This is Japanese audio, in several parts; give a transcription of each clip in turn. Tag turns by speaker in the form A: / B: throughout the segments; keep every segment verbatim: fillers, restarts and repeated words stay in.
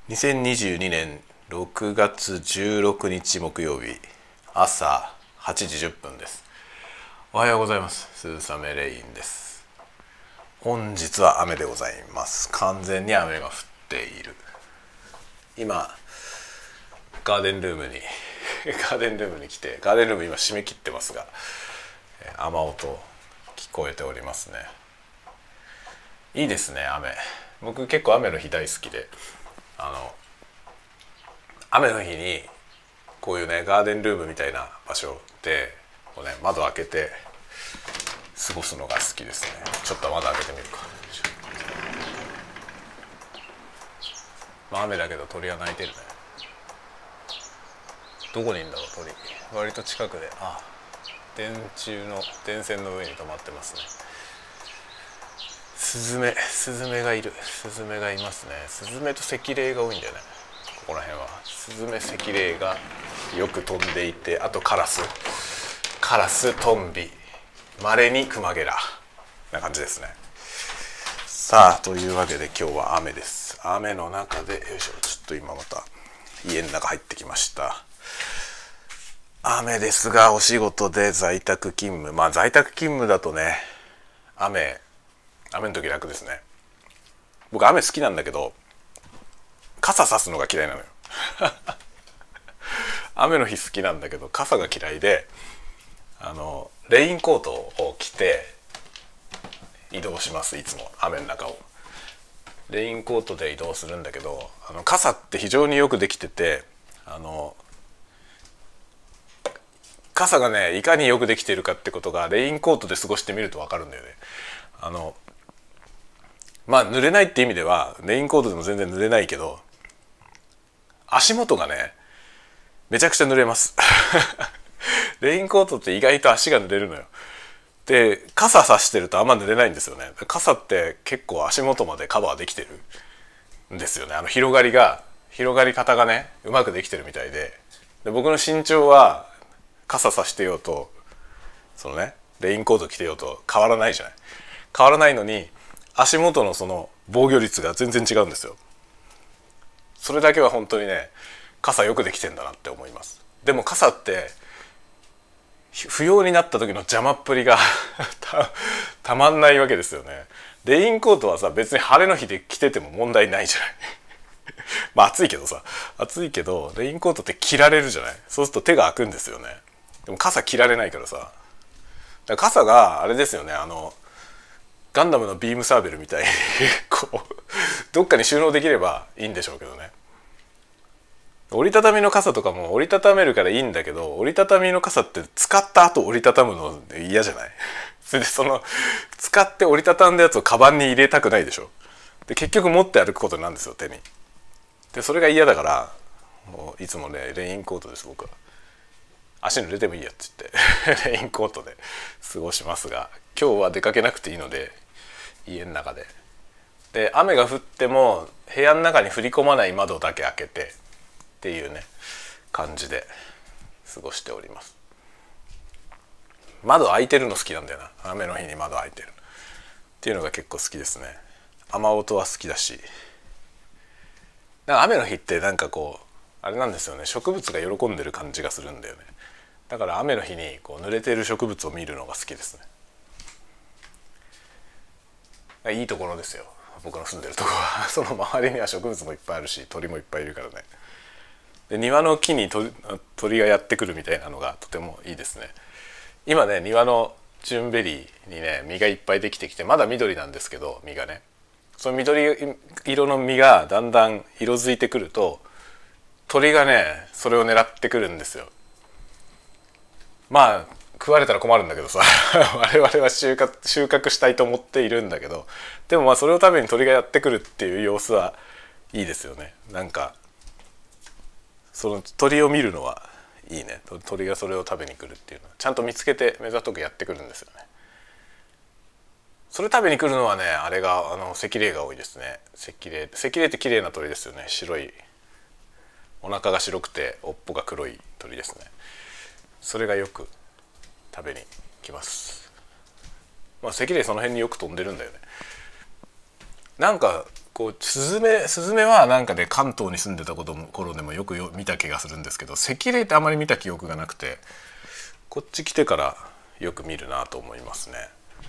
A: にせんにじゅうにねんろくがつじゅうろくにち木曜日朝はちじじゅっぷんです。おはようございます。鈴雨レインです。本日は雨でございます。完全に雨が降っている。今ガーデンルームにガーデンルームに来てガーデンルーム今閉め切ってますが、雨音聞こえておりますね。いいですね、雨。僕結構雨の日大好きで、あの雨の日にこういうねガーデンルームみたいな場所でこう、ね、窓開けて過ごすのが好きですね。ちょっと窓開けてみるか。まあ雨だけど鳥は鳴いてるね。どこにいるんだろう鳥。割と近くで、あ、電柱の電線の上に止まってますね。スズメスズメがいる。スズメがいますね。スズメとセキレイが多いんだよね、ここら辺は。スズメ、セキレイがよく飛んでいて、あとカラスカラス、トンビ、まれにクマゲラな感じですね。さあ、というわけで今日は雨です。雨の中で、よいしょ、ちょっと今また家の中入ってきました。雨ですが、お仕事で在宅勤務。まあ在宅勤務だとね、雨雨の時楽ですね。僕雨好きなんだけど傘さすのが嫌いなのよ雨の日好きなんだけど傘が嫌いで、あのレインコートを着て移動します。いつも雨の中をレインコートで移動するんだけど、あの傘って非常によくできてて、あの傘がねいかによくできているかってことがレインコートで過ごしてみると分かるんだよね。あのまあ濡れないって意味ではレインコートでも全然濡れないけど、足元がねめちゃくちゃ濡れますレインコートって意外と足が濡れるのよ。で傘さしてるとあんま濡れないんですよね。傘って結構足元までカバーできてるんですよね。あの広がりが広がり方がねうまくできてるみたいで、で僕の身長は傘さしてようとそのねレインコート着てようと変わらないじゃない。変わらないのに足元のその防御率が全然違うんですよ。それだけは本当にね傘よくできてんだなって思います。でも傘って不要になった時の邪魔っぷりがた, たまんないわけですよね。レインコートはさ別に晴れの日で着てても問題ないじゃないまあ暑いけどさ暑いけどレインコートって着られるじゃない。そうすると手が開くんですよね。でも傘着られないからさ、だから傘があれですよね、あのガンダムのビームサーベルみたいにこうどっかに収納できればいいんでしょうけどね。折りたたみの傘とかも折りたためるからいいんだけど、折りたたみの傘って使った後折りたたむの嫌じゃないそれでその使って折りたたんだやつをカバンに入れたくないでしょ。で結局持って歩くことなんですよ、手に。でそれが嫌だからもういつもねレインコートです。僕は足濡れてもいいやっつってレインコートで過ごしますが、今日は出かけなくていいので家の中で、で雨が降っても部屋の中に降り込まない窓だけ開けてっていうね感じで過ごしております。窓開いてるの好きなんだよな。雨の日に窓開いてるっていうのが結構好きですね。雨音は好きだし、なんか雨の日ってなんかこうあれなんですよね、植物が喜んでる感じがするんだよね。だから雨の日にこう濡れている植物を見るのが好きですね。いいところですよ、僕の住んでるところはその周りには植物もいっぱいあるし鳥もいっぱいいるからね。で庭の木に鳥、鳥がやってくるみたいなのがとてもいいですね。今ね庭のジュンベリーにね実がいっぱいできてきて、まだ緑なんですけど実がね、その緑色の実がだんだん色づいてくると鳥がねそれを狙ってくるんですよ。まあ食われたら困るんだけどさ我々は収穫、収穫したいと思っているんだけど、でもまあそれを食べに鳥がやってくるっていう様子はいいですよね。なんかその鳥を見るのはいいね。鳥がそれを食べに来るっていうのはちゃんと見つけて目ざとくやってくるんですよね。それ食べに来るのはねあれがあのセキレイが多いですね。セキレイセキレイって綺麗な鳥ですよね。白いお腹が白くて尾っぽが黒い鳥ですね。それがよく食べに来ます。まあセキレイその辺によく飛んでるんだよね。なんかこうスズメスズメはなんかで、ね、関東に住んでたことも頃でもよくよ見た気がするんですけど、セキレイってあまり見た記憶がなくて、こっち来てからよく見るなと思いますね。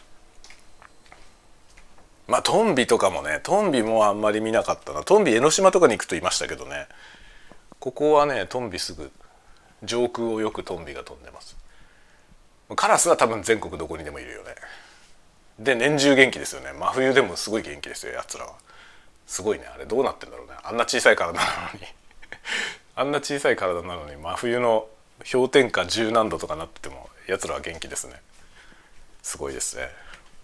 A: まあトンビとかもね、トンビもあんまり見なかったな。トンビ江ノ島とかに行くといましたけどね、ここはねトンビすぐ上空をよくトンビが飛んでます。カラスは多分全国どこにでもいるよね。で年中元気ですよね。真冬でもすごい元気ですよ、やつらは。すごいね、あれどうなってんだろうね、あんな小さい体なのにあんな小さい体なのに真冬の氷点下十何度とかなっててもやつらは元気ですね。すごいですね。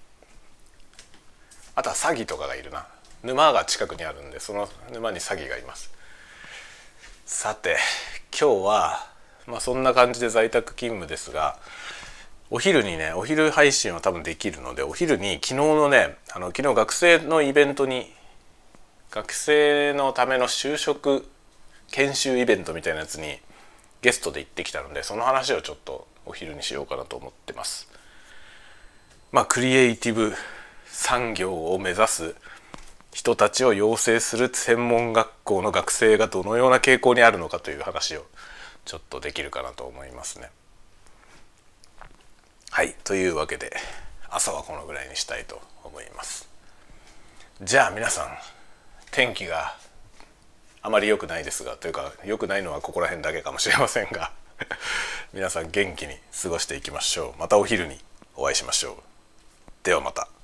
A: あとはサギとかがいるな。沼が近くにあるんで、その沼にサギがいます。さて今日はまあそんな感じで在宅勤務ですが、お昼にね、お昼配信は多分できるので、お昼に昨日のね、あの昨日学生のイベントに、学生のための就職研修イベントみたいなやつにゲストで行ってきたので、その話をちょっとお昼にしようかなと思ってます。まあクリエイティブ産業を目指す人たちを養成する専門学校の学生がどのような傾向にあるのかという話をちょっとできるかなと思いますね。はい、というわけで朝はこのぐらいにしたいと思います。じゃあ皆さん、天気があまり良くないですが、というか良くないのはここら辺だけかもしれませんが皆さん元気に過ごしていきましょう。またお昼にお会いしましょう。ではまた。